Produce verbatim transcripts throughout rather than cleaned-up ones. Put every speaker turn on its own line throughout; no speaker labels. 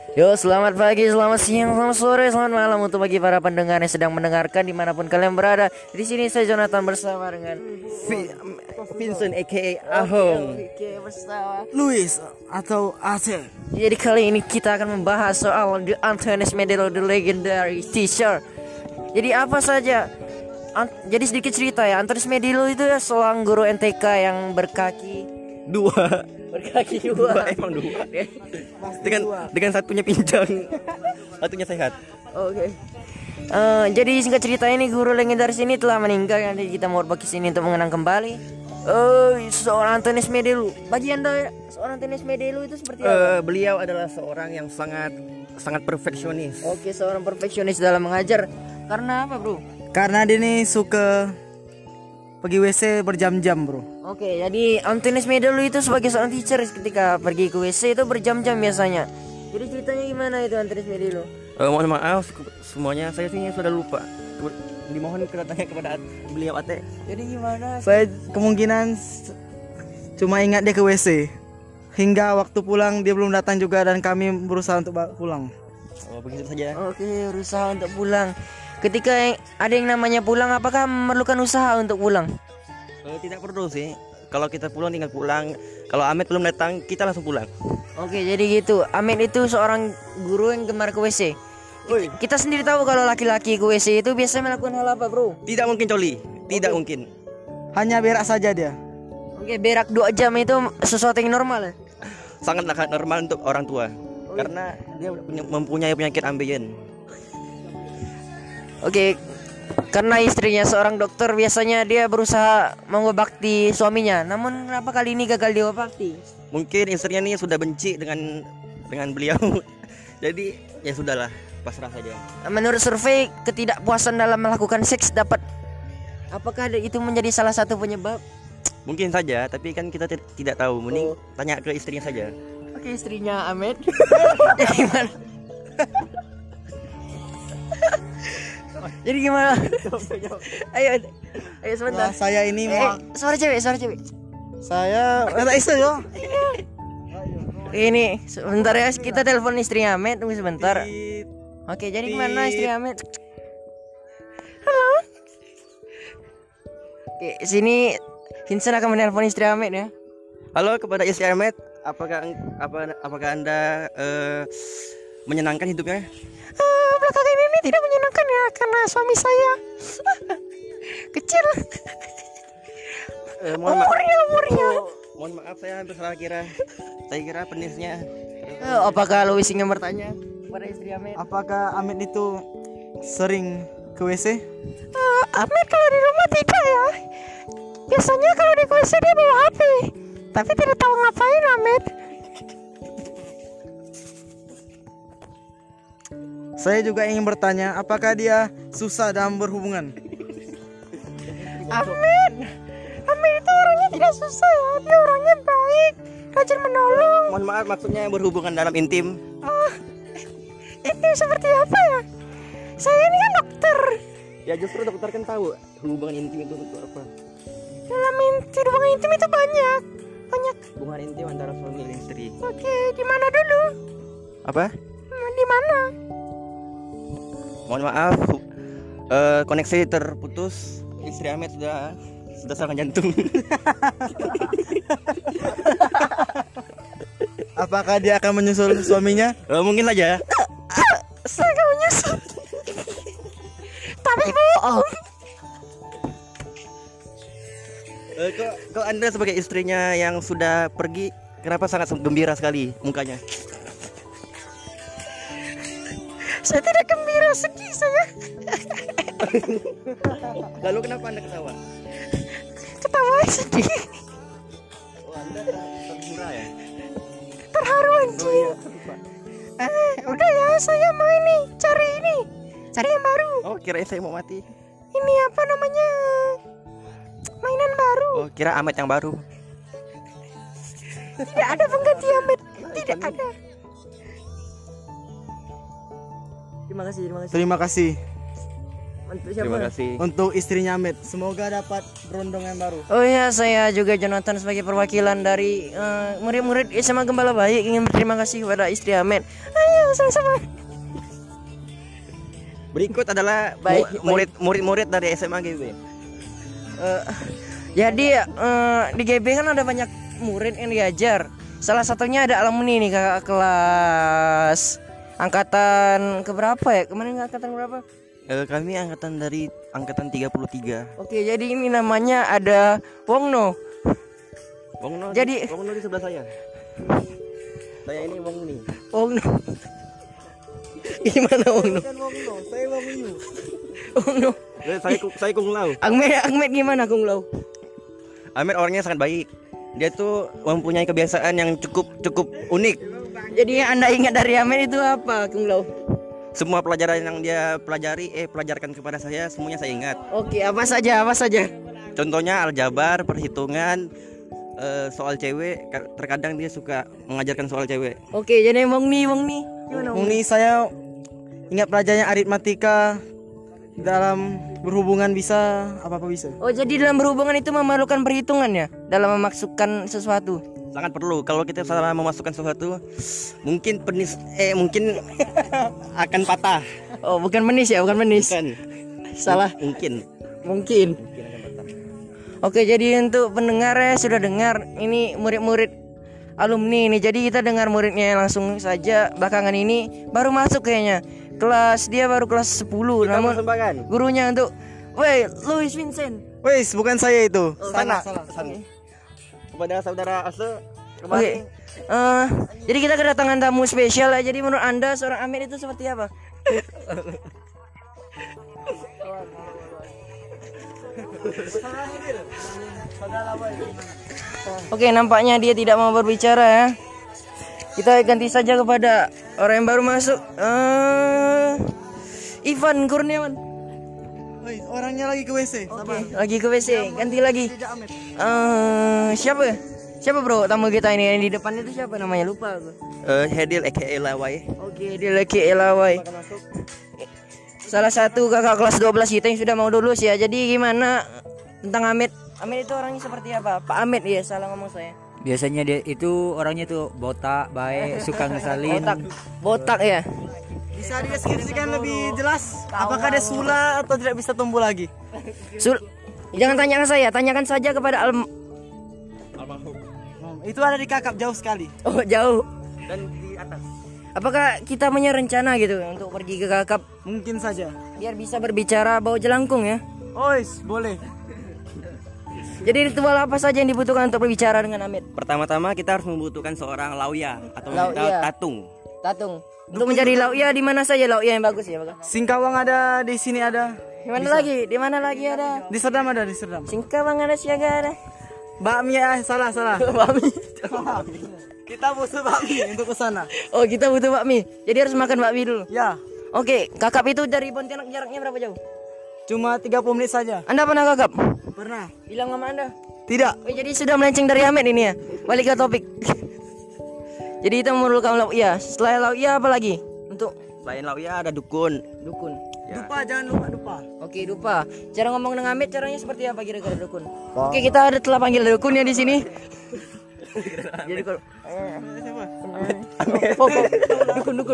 Yo, selamat pagi, selamat siang, selamat sore, selamat malam untuk bagi para pendengar yang sedang mendengarkan dimanapun kalian berada. Di sini saya Jonathan bersama dengan
Vi- Vincent aka Ahong,
Oke, bersama.
Luis atau Aceh.
Jadi kali ini kita akan membahas soal The Antaeus Medelo, the legendary teacher. Jadi apa saja? An- jadi sedikit cerita ya. Antaeus Medelo itu ya seorang guru N T K yang berkaki
Dua,
berkaki
dua
dua.
emang dua. Dengan dengan satunya pincang, satunya sehat.
Oke. Eh, jadi singkat cerita ini guru legendaris ini telah meninggal. Nanti kita mau bagi sini untuk mengenang kembali. Oh, seorang Antaeus Medelo. Bagi anda seorang Antaeus Medelo itu seperti apa?
Eh, beliau adalah seorang yang sangat sangat perfeksionis.
Oke, seorang perfeksionis dalam mengajar. Karena apa, bro?
Karena dia nih suka pergi W C berjam-jam, bro.
Oke, jadi Antaeus Medelo itu sebagai seorang teacher ketika pergi ke W C itu berjam-jam biasanya. Jadi ceritanya gimana itu Antaeus Medelo?
Eh, mohon maaf semuanya, saya sih sudah lupa. Dimohon kedatangan kepada beliau Ate.
Jadi gimana?
Saya kemungkinan s- cuma ingat dia ke W C. Hingga waktu pulang dia belum datang juga dan kami berusaha untuk ba- pulang.
Oh, begitu saja.
Oke, berusaha untuk pulang. Ketika yang- ada yang namanya pulang, apakah memerlukan usaha untuk pulang?
Eh, tidak perlu sih. Kalau kita pulang tinggal pulang. Kalau Ahmed belum datang, kita langsung pulang.
Oke, jadi gitu. Amin itu seorang guru yang gemar ke W C. Kita sendiri tahu kalau laki-laki ke W C itu biasanya melakukan hal apa, bro?
Tidak mungkin Coli, tidak mungkin.
Hanya berak saja dia.
Oke, berak dua jam itu sesuatu yang normal ya?
Sangat sangat normal untuk orang tua. Karena dia punya- mempunyai penyakit ambeien.
Oke, karena istrinya seorang dokter biasanya dia berusaha mengobati suaminya. Namun kenapa kali ini gagal diobati?
Mungkin istrinya ini sudah benci dengan dengan beliau. Jadi ya sudahlah, pasrah saja.
Menurut survei, ketidakpuasan dalam melakukan seks dapat, apakah itu menjadi salah satu penyebab?
Mungkin saja, tapi kan kita ti- tidak tahu. Mending tanya ke istrinya saja.
Oke, istrinya Ahmed. Jadi gimana? Jadi gimana? Ayo, ayo sebentar.
Nah, saya ini
Eh,
mau
suara cewek, suara cewek.
saya ada isu yo.
Ini sebentar ya, kita telepon istrinya Ahmed, tunggu sebentar.
Tit.
Oke, jadi gimana istri Ahmed? Oke, sini Vincent akan menelpon istri Ahmed ya.
Halo kepada istri Ahmed, apakah apa apakah Anda eh, menyenangkan hidupnya?
Ah, belakangan ini tidak menyenangkan ya karena suami saya kecil.
Eh, mohon maaf.
Umurnya, umurnya.
Mohon maaf, saya hampir salah kira. Saya kira penisnya.
Eh, apakah Louis ingin bertanya kepada istri Ahmed?
Apakah Amin itu sering ke W C?
Ah, Ahmed kalau di rumah tidak ya. Biasanya kalau di W C dia bawa H P, tapi tidak tahu ngapain Ahmed.
Saya juga ingin bertanya, apakah dia susah dalam berhubungan?
Ahmed, Ahmed itu orangnya tidak susah ya. Dia orangnya baik, rajin menolong.
Mohon maaf, maksudnya berhubungan dalam intim.
Oh, itu seperti apa ya? Saya ini kan dokter.
Ya justru dokter kan tahu hubungan intim itu untuk apa.
Dalam inti, hubungan intim itu banyak, banyak.
Hubungan intim antara suami dan istri.
Oke, di mana dulu?
Apa?
Hmm, Di mana?
Mohon maaf, hu- eh, koneksi terputus. Istri Ahmed sudah sudah serangan jantung.
Apakah dia akan menyusul suaminya?
Eh, mungkin saja.
Saya gak menyusul. Tapi bohong.
Eh, kok, kok Anda sebagai istrinya yang sudah pergi, kenapa sangat gembira sekali mukanya?
Saya tidak gembira, sedih saya.
Lalu kenapa Anda ketawa?
Ketawa sedih.
Oh, Anda terhura ya?
Terharu anjing. Eh, udah ya, saya mau ini, cari ini. Cari yang baru.
Oh, kirain saya mau mati.
Ini apa namanya? Mainan baru.
Oh, kira Ahmed yang baru.
Tidak ada pengganti Ahmed. Tidak ada. Terima kasih, terima kasih.
Terima kasih.
Untuk siapa?
Terima kasih.
Untuk istrinya Ahmed, semoga dapat berondong yang baru.
Oh iya, saya juga Jonathan sebagai perwakilan dari eh, murid-murid S M A Gembala Baik ingin berterima kasih kepada istri Ahmed. Ayo sama-sama.
Berikut adalah
Baik,
mu- murid murid-murid dari S M A G B.
Eh, jadi eh, di G B kan ada banyak murid yang diajar. Salah satunya ada alumni nih kakak kelas angkatan keberapa ya? Kemarin angkatan berapa?
Eh, kami angkatan dari angkatan tiga puluh tiga.
Oke, jadi ini namanya ada Wongno.
Wongno.
Jadi-
Wongno di sebelah saya. Saya ini Wong nih.
Wongno. Gimana Wongno?
Bukan Wongno, saya Wongyu.
Wongno.
Eh, saya ku- saya Kung Lau.
Ahmed, Ahmed gimana Kung Lau?
Ahmed orangnya sangat baik. Dia tuh mempunyai kebiasaan yang cukup cukup unik.
Jadi yang Anda ingat dari Ahmed itu apa, Kung Lau?
Semua pelajaran yang dia pelajari eh pelajarkan kepada saya semuanya saya ingat.
Oke, apa saja? Apa saja?
Contohnya aljabar, perhitungan, eh, soal cewek. Ka- Terkadang dia suka mengajarkan soal cewek.
Oke, jadi Wong nih, Wong nih. Gimana Wong?
Ini saya ingat pelajarannya aritmatika, dalam berhubungan bisa apa-apa bisa.
Oh, jadi dalam berhubungan itu memerlukan perhitungan ya dalam memasukkan sesuatu.
Sangat perlu. Kalau kita salah memasukkan sesuatu, mungkin penis eh mungkin akan patah.
Oh, bukan menis ya, bukan menis.
Bukan.
Salah.
Mungkin.
Mungkin. Oke, jadi untuk pendengar ya sudah dengar ini murid-murid alumni ini. Jadi kita dengar muridnya langsung saja belakangan ini baru masuk kayaknya. Kelas dia baru kelas sepuluh,
Kita
namun
persembahkan.
gurunya untuk woi, Louis Vincent.
Wes, bukan saya itu.
Sana.
Salah, salah.
Kepada saudara Ase
Oke.
kemarin.
Eh, jadi kita kedatangan tamu spesial ya. Jadi menurut Anda seorang Amir itu seperti apa? Oke, nampaknya dia tidak mau berbicara ya. Kita ganti saja kepada orang yang baru masuk. Eh, Ivan Kurniawan.
Wes, orangnya lagi ke W C.
Oke, lagi ke W C. Ganti lagi. Eh, siapa? Siapa bro tamu kita ini yang di depan itu siapa namanya? Lupa aku.
Eh, Hedil aka Lawai.
Oke, dia lagi Elawai. Salah satu kakak kelas dua belas kita yang sudah mau lulus ya. Jadi gimana tentang Amit? Amit itu orangnya seperti apa? Pak Amit ya, salah ngomong saya.
Biasanya dia itu orangnya tuh botak, baik, suka ngesalin.
Botak. Botak ya.
Bisa dideskripsikan lebih jelas apakah dia sula atau tidak bisa tumbuh lagi?
Sul Jangan tanyakan saya, tanyakan saja kepada Al
Hmm, itu ada di kakap jauh sekali.
Oh, jauh.
Dan di atas.
Apakah kita punya rencana gitu untuk pergi ke kakap
Mungkin saja.
biar bisa berbicara bau jelangkung ya?
Ois, boleh.
Jadi ritual apa saja yang dibutuhkan untuk berbicara dengan Amit?
Pertama-tama kita harus membutuhkan seorang lauya atau
Lauya.
kita tatung.
Tatung. Untuk mencari lauya di mana saja lauya yang bagus ya, Pak?
Singkawang ada, di sini ada.
Di mana lagi? Di mana lagi ada?
Di Serdam ada, di Serdam.
Singkawang ada, siaga ada.
Bakmi ya, salah salah.
Bakmi.
Kita butuh bakmi untuk ke sana.
Oh, kita butuh bakmi. Jadi harus makan bakmi dulu.
Ya,
Oke, kakap itu dari Pontianak jaraknya berapa jauh?
cuma tiga puluh menit saja.
Anda pernah kakap?
Pernah.
Bilang sama Anda.
Tidak.
Oh, jadi sudah melenceng dari Ahmed ini ya. Balik ke topik. Jadi kita memerlukan lauya. Setelah lauya apa lagi? Untuk
Selain lauya ada dukun.
dukun.
Ya.
Dupa, jangan lupa dupa.
Oke, dupa. Cara ngomong dengan Ahmed caranya seperti apa kira-kira dukun? Oke, kita ada telah panggil dukun ya di sini. Jadi kalau Oh, oh, oh. dukun dukun.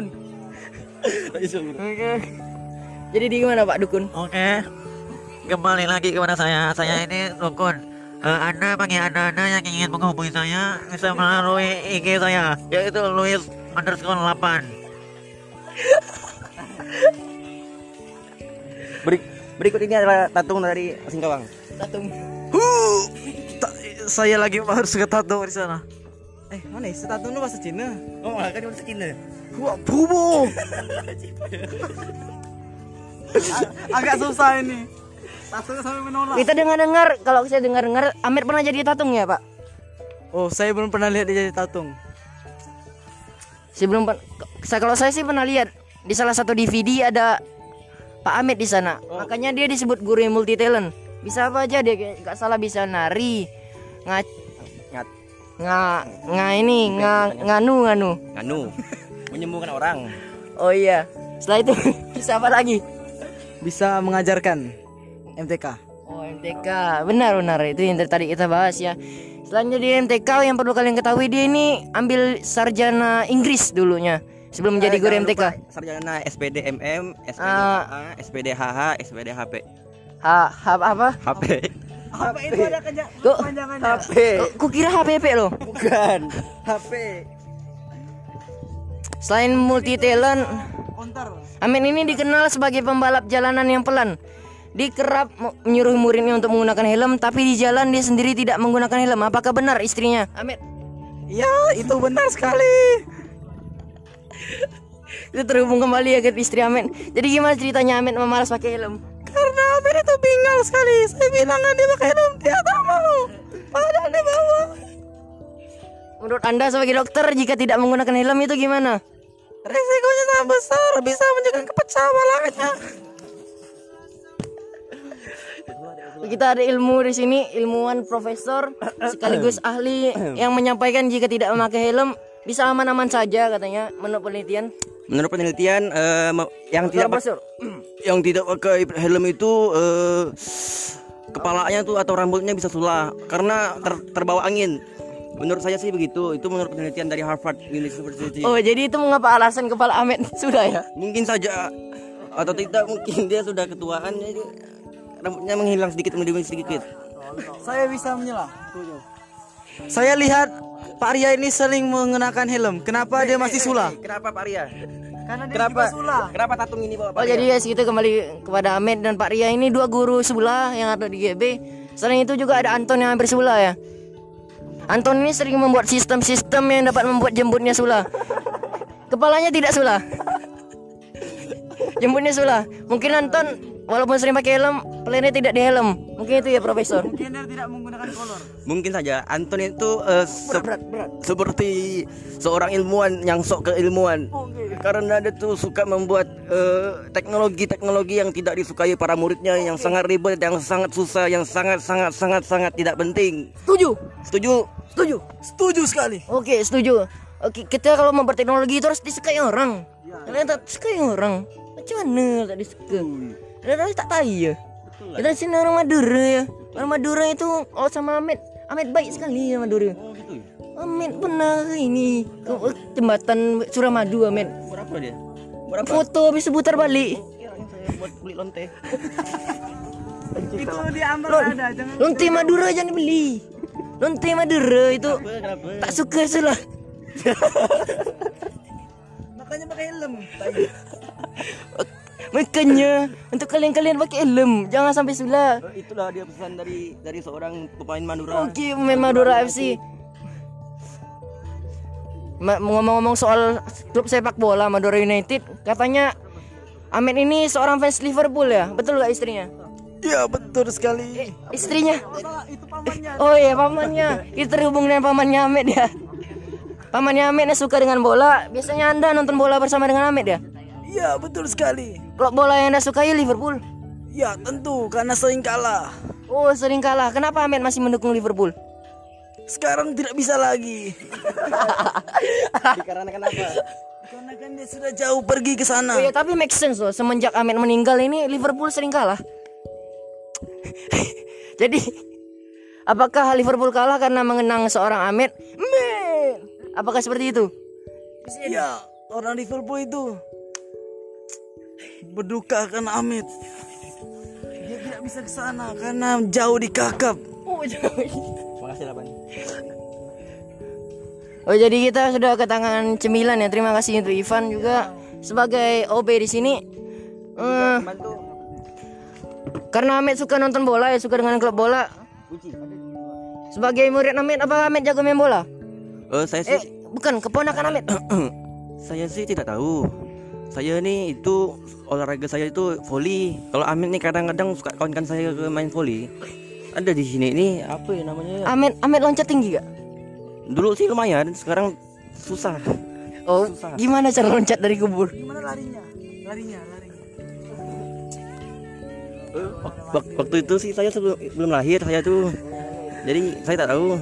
Oke. Jadi di mana Pak dukun?
Oke, kembali lagi kepada saya. Saya ini dukun. Eh, anda bagi anda-anda yang ingin menghubungi saya bisa melalui I G saya, yaitu Louis underscore delapan.
Beri- berikut ini adalah tatung dari Singkawang.
Tatung.
Huh, ta- saya lagi harus ke tato di sana. Eh, mana ya? Tato itu bahasa Cina.
Oh, kan bahasa Cina.
Wah, bubo. Agak susah ini. Tato sampai menolak.
Kita dengar-dengar, kalau saya dengar-dengar Ahmed pernah jadi tatung ya, Pak?
Oh, saya belum pernah lihat dia jadi tatung.
Sebelum pen- saya kalau saya sih pernah lihat di salah satu D V D ada Pak Ahmed di sana. Makanya dia disebut guru yang multi talent. Bisa apa aja dia, kayak nggak salah bisa nari, nga
Ngat.
nga nga ini nga nganu nganu.
Nganu. Menyembuhkan orang.
Oh iya. Setelah itu bisa apa lagi?
bisa mengajarkan M T K.
Oh, M T K. Benar benar itu yang dari tadi kita bahas ya. Selain jadi M T K, yang perlu kalian ketahui dia ini ambil sarjana Inggris dulunya sebelum menjadi guru M T K.
Sarjana S P D M M, S P D H
Ah.
A, S P D H H, S P D H P.
Ha, ha apa?
H P.
Apa itu ada
Kok
kepanjangannya?
H P.
kok- kok kira H P P loh?
Bukan. H P.
Selain multi talent,
Konter.
Amin ini dikenal sebagai pembalap jalanan yang pelan. Dia kerap me- menyuruh muridnya untuk menggunakan helm, tapi di jalan dia sendiri tidak menggunakan helm. Apakah benar istrinya? Amin.
Ya, itu benar sekali.
Itu terhubung kembali ya ke istri Amin. Jadi gimana ceritanya Amin memalas pakai helm?
Karena Amir itu bingal sekali. Saya bilang kan dia pakai helm, dia tak mau. Padahal dia bawa.
Menurut Anda sebagai dokter, jika tidak menggunakan helm itu gimana?
Resikonya sangat besar, bisa menyebabkan kepecah walaknya.
Kita ada ilmu di sini, ilmuwan profesor sekaligus ahli yang menyampaikan jika tidak memakai helm bisa aman-aman saja katanya menurut penelitian.
Menurut penelitian eh, me- yang tidak pak-
Profesor.
yang tidak pakai helm itu eh, kepalanya tuh atau rambutnya bisa sulah karena ter- terbawa angin. Menurut saya sih begitu. Itu menurut penelitian dari Harvard University.
Oh, jadi itu mengapa alasan kepala Amin sudah ya?
Mungkin saja atau tidak mungkin dia sudah ketuaan jadi rambutnya menghilang sedikit demi sedikit.
Saya bisa menyelah. Saya lihat Pak Arya ini sering mengenakan helm. Kenapa dia masih sulah?
Kenapa Pak Ria?
Karena dia
Kenapa?
juga sulah.
Kenapa tatung ini bawa Pak
Oh,
Ria?
jadi guys kita kembali kepada Amin dan Pak Ria ini dua guru sebelah yang ada di G B. Selain itu juga ada Anton yang hampir sebelah ya. Anton ini sering membuat sistem-sistem yang dapat membuat jembutnya sulah. Kepalanya tidak sulah. Jembutnya sulah. Mungkin Anton walaupun sering pakai helm, pelannya tidak di helm. Mungkin itu ya Profesor.
Mungkin dia tidak menggunakan kolor.
Mungkin saja Anton itu eh, se-
Berat, berat.
seperti seorang ilmuwan yang sok keilmuan. Karena dia tuh suka membuat eh, teknologi-teknologi yang tidak disukai para muridnya, yang sangat ribet, yang sangat susah, yang sangat sangat sangat sangat tidak penting.
Setuju?
Setuju?
Setuju.
Setuju sekali.
Oke, setuju. Oke, kita kalau membuat teknologi itu harus disukai orang. Kalian tak sukai orang. Macam mana tak disukai? Kalian tak tahu ya. Kita sini orang Madura ya. Orang Madura itu oh sama Ahmed. Ahmed baik sekali ya Madura.
Oh gitu ya.
Ahmed pernah ke ini ke ke jembatan Suramadu Ahmed.
Berapa dia? Berapa?
Foto habis putar balik.
Kirain saya buat kulit lonte.
Itu diambil ada, jangan.
Lonte Madura jangan beli. Lonte Madura itu
Kenapa?
tak suka sulah.
Makanya pakai helm.
Makanya untuk kalian-kalian pakai helm, jangan sampai sulah.
Eh, Itulah dia pesan dari dari seorang pemain Madura.
Oke, pemain Madura F C. Ma- Ngomong-ngomong soal klub sepak bola Madura United, katanya Ahmed ini seorang fans Liverpool ya, betul gak istrinya?
Ya betul sekali.
Istrinya?
Itu pamannya.
Oh iya pamannya, itu terhubung dengan pamannya Ahmed ya. Pamannya Ahmed yang suka dengan bola, biasanya anda nonton bola bersama dengan Ahmed ya?
Ya betul sekali.
Klub bola yang anda sukai Liverpool?
Ya tentu karena sering kalah.
Oh sering kalah, kenapa Ahmed masih mendukung Liverpool?
Sekarang tidak bisa lagi.
Karena kenapa?
Karena kan dia sudah jauh pergi ke sana.
Oh ya tapi make sense loh, semenjak Ahmed meninggal ini Liverpool sering kalah. Jadi apakah Liverpool kalah karena mengenang seorang Ahmed? Men, apakah seperti itu?
Ya orang Liverpool itu berduka karena Ahmed. Dia tidak bisa ke sana karena jauh dikakap.
Oh, jauh.
Makasih lah Bang.
Oh jadi kita sudah ketangan cemilan ya. Terima kasih untuk Ivan juga sebagai O B di sini. Eh,
Bantu.
karena Ahmed suka nonton bola ya, suka dengan klub bola. Sebagai murid Ahmed, apa Ahmed jago main bola?
Eh saya
Eh,
sih
bukan keponakan Ahmed.
saya sih tidak tahu. Saya nih itu olahraga saya itu volley. Kalau Amin nih kadang-kadang suka kawankan saya ke main volley. Ada di sini ini apa ya namanya?
Ahmed Ahmed loncat tinggi gak?
Dulu sih lumayan, sekarang susah.
Oh, gimana cara loncat dari kubur?
Gimana larinya? Larinya, larinya.
Wak- wak- Waktu itu sih saya sebelum belum lahir saya tuh. Jadi saya tak tahu.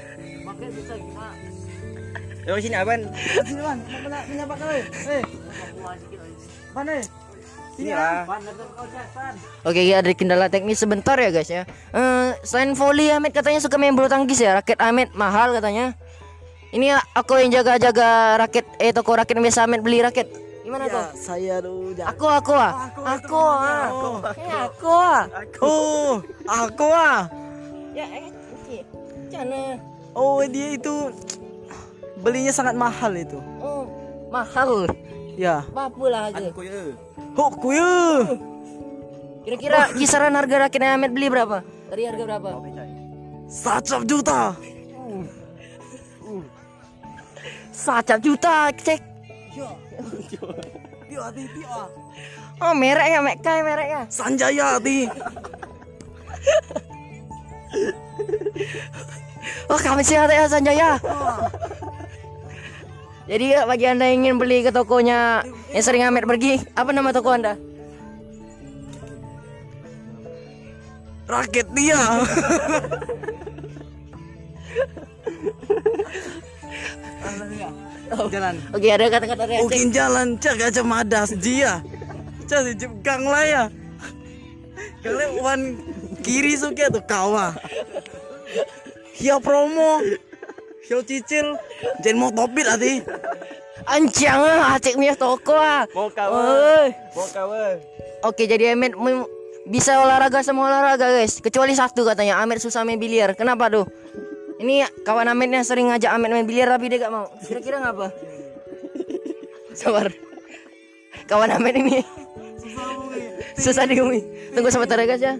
Yo sini Aban.
Sini man, menyapa kau. Eh. Mana?
Sini lah.
Oke, ada kendala teknis sebentar ya guys ya. Eh, selain volley, Ahmed katanya suka main bulu tangkis ya. Raket Ahmed mahal katanya. Ini aku yang jaga-jaga raket eh toko raket yang biasa Ahmed beli raket. Gimana tuh?
Saya tuh
Aku aku ah. Aku ah. Eh, aku ah.
Oh, aku ah.
Ya, eh, oke. Cana.
Oh, dia itu belinya sangat mahal itu.
Oh, mahal.
Ya.
Apa lagi?
Oh, kuya.
Kira-kira kisaran harga raket yang Ahmed beli berapa? Dari harga berapa?
Satu juta.
Satu juta, cek.
Tio hati tio.
Oh, mereknya, mek kai mereknya.
Sanjaya hati.
Oh, kami sehat ya Sanjaya. Jadi ya, bagi anda yang ingin beli ke tokonya yang sering Ahmed pergi, apa nama toko anda?
Raket dia. Jalan.
Oke, ada kata-kata receh.
Mungkin jalan cak aja madas dia. Cak di gang lah ya. Kalau wan kiri suka tuh kawa. Hia promo. Hia cicil. Jangan mau topit hati.
Anjang ah, acik punya toko ah.
Mau kawan.
Oi.
Mau kawan.
Oke, jadi Ahmed mem- bisa olahraga semua olahraga guys, kecuali satu katanya. Ahmed susah main biliar. Kenapa tuh? Ini kawan Ahmed yang sering ngajak Ahmed main biliar tapi dia gak mau. Kira-kira ngapa? Sabar. Kawan Ahmed ini susah dihubungi. Tunggu sebentar ya guys ya.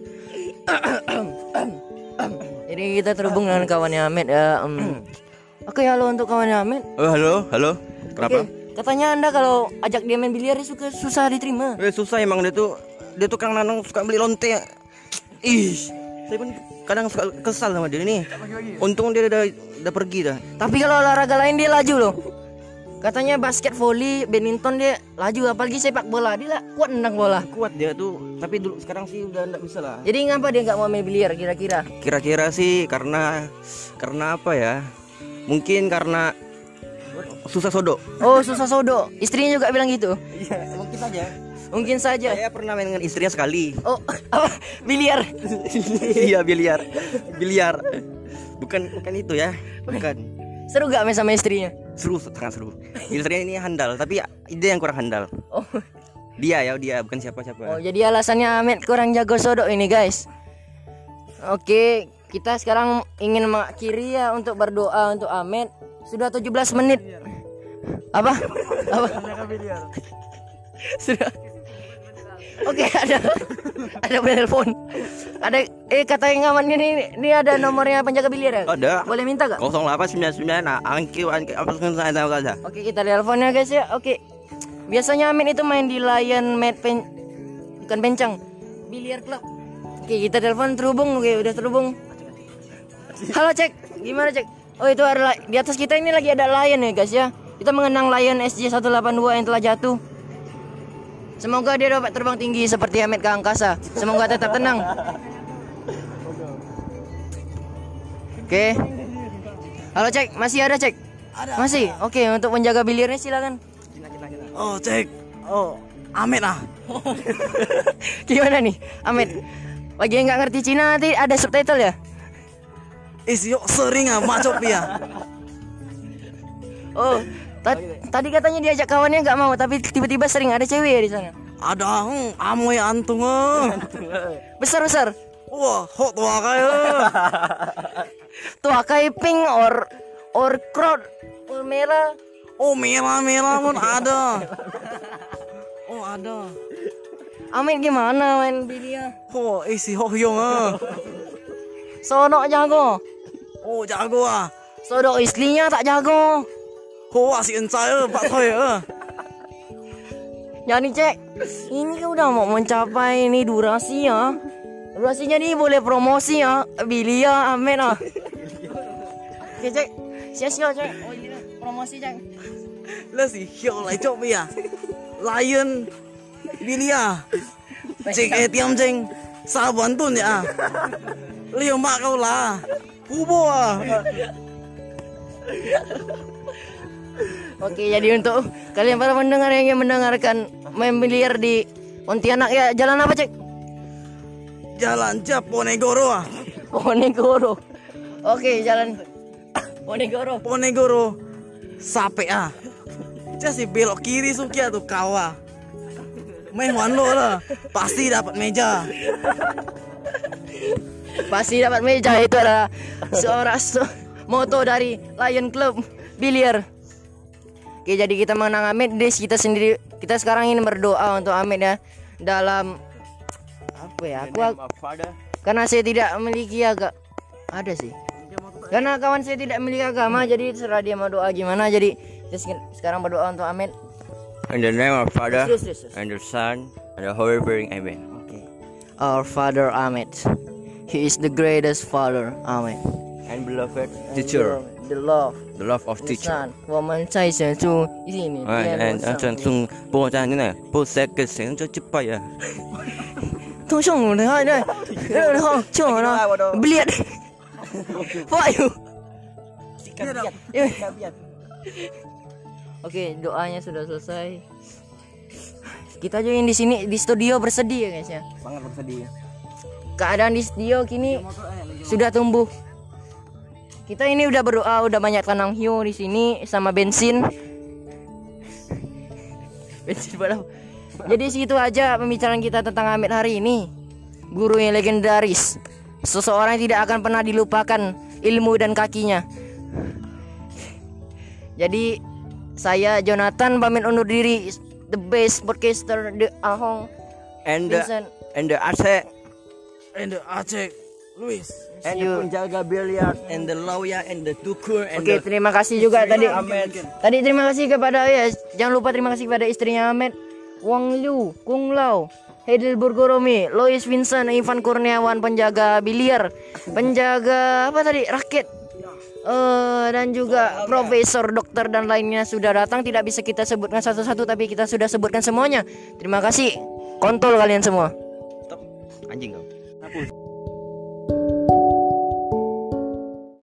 Jadi kita terhubung dengan kawannya Ahmed ya. Um. Oke, halo untuk kawannya Ahmed.
Oh, halo, halo. Kenapa?
Oke, katanya anda kalau ajak dia main biliar dia suka susah diterima.
Eh, susah emang dia tuh. Dia tuh Kang Nanang suka beli lonte. Ih, saya pun kadang suka kesal sama dia ini. Untung dia udah udah pergi dah.
Tapi kalau olahraga lain dia laju loh. Katanya basket, volley, badminton dia laju, apalagi sepak bola dia lah kuat nendang bola.
Kuat dia tuh, tapi dulu sekarang sih udah enggak bisa lah.
Jadi ngapa dia nggak mau main biliar kira-kira?
Kira-kira sih karena karena apa ya? Mungkin karena susah sodo.
Oh, susah sodo. Istrinya juga bilang gitu.
Iya, mungkin aja.
Mungkin saja.
Saya pernah main dengan istrinya sekali.
Oh, apa? Biliar.
Iya, biliar. Biliar. Bukan bukan itu ya. Bukan.
Seru gak main sama istrinya?
Seru, sangat seru. Istrinya ini handal, tapi dia yang kurang handal.
Oh.
Dia ya, dia bukan siapa-siapa.
Oh, jadi alasannya Ahmed kurang jago sodo ini, guys. Oke, kita sekarang ingin mengakhiri ya untuk berdoa untuk Ahmed. Sudah tujuh belas menit. Apa? Apa? Sudah. Oke, ada ada telepon. Ada eh kata yang ngaman ini ini ada nomornya penjaga biliar ya?
Ada.
Boleh minta gak?
nol delapan sembilan sembilan nah, angki angki apa saja.
Oke, kita teleponnya guys ya. Oke. Biasanya Amin itu main di Lion Med Pen bukan Pencang, Biliar Club. Oke, kita telepon terhubung. Oke, udah terhubung. Halo, Cek. Gimana, Cek? Oh, itu ada di atas kita ini lagi ada Lion ya, guys ya. Kita mengenang Lion S J seratus delapan puluh dua yang telah jatuh. Semoga dia dapat terbang tinggi seperti Ahmed ke angkasa. Semoga tetap tenang. Oke. Halo, Cek. Masih ada, Cek?
Ada.
Masih? Oke, untuk menjaga biliarnya silakan.
Oh, cek. Oh, Ahmed ah.
Gimana nih, Ahmed? Bagi yang nggak ngerti Cina nanti ada subtitle ya?
Isyo sering ah macop ya.
Oh, ta- tadi katanya diajak kawannya nggak mau, tapi tiba-tiba sering ada cewek ya di sana.
Ada, hmm, amoy antung ah.
Besar-besar.
Wah, hot tua kayak.
Tuh kayak pink or or crowd or merah.
Oh, merah-merah pun ada. Oh, ada.
Amin gimana main biliar?
Oh, isi hohyong ah.
Sono jago.
Oh, jago ah.
Sono istrinya tak jago.
Oh, asik encai Pak Toy ah.
Jadi Cek, ini kan udah mau mencapai ini durasi ya. Durasinya nih boleh promosi ya. Biliar amin ah. Oke Cek, sia-sia Cek. Oh iya, promosi Cek.
Lah si hiyo lai chop ya. Lion Bilia. Cek eh tiam ceng. Saban tun ya. Liu mak kau lah. Hubo ah.
Oke, jadi untuk kalian para pendengar yang ingin mendengarkan main biliar di Pontianak ya, jalan apa cek?
Jalan Japonegoro ah.
Ponegoro. Oke, jalan Ponegoro.
Ponegoro sampai ah. Casi belok kiri sukia tuh kawa. Main one lo lah, pasti dapat meja.
Pasti dapat meja, itu adalah seorang se- moto dari Lion Club Biliar. Oke, jadi kita mengenang Ahmed, Des, kita sendiri kita sekarang ini berdoa untuk Ahmed ya, dalam apa ya? Aku, karena saya tidak memiliki agak ada sih. Karena kawan saya tidak memiliki agama, jadi terserah dia mau doa gimana. Jadi kita sekarang berdoa untuk Ahmed.
In the name of Father,
Yes, yes, yes.
and the Son, and the Holy Spirit. Amen.
Okay. Our Father Ahmed, He is the greatest Father. Amen.
And beloved teacher,
The love,
the love of
the
teacher.
Son，我们在神中一起面
And
面
and
上
and 从波站呢，波塞个神就击败呀。
通上我的爱呢，然后就我呢，不列，Why you？Oke, doanya sudah selesai. Kita juga yang di sini di studio bersedih ya guys ya.
Sangat bersedih.
Keadaan di studio kini sudah tumbuh. Kita ini udah berdoa, udah banyak tanam hiu di sini sama bensin. Bensin berapa? Jadi situ aja pembicaraan kita tentang Ahmed hari ini. Guru yang legendaris, seseorang yang tidak akan pernah dilupakan ilmu dan kakinya. Jadi saya Jonathan pamit undur diri. The best podcaster, the Ahong,
And the
Vincent.
and the Aceh,
And the Aceh Luis.
and the penjaga biliar, and the lawyer, and the tukur, and
Oke,
the
terima kasih juga tadi.
Ahmed.
Tadi terima kasih kepada ya, jangan lupa terima kasih kepada istrinya Ahmed, Wang Liu, Kung Lao, Hedil Burgoromi, Lois Vincent, Ivan Kurniawan, penjaga biliar, penjaga apa tadi? Raket. Eh, dan juga profesor, dokter dan lainnya sudah datang. Tidak bisa kita sebutkan satu-satu, tapi kita sudah sebutkan semuanya. Terima kasih. Kontol kalian semua.
Anjing kau.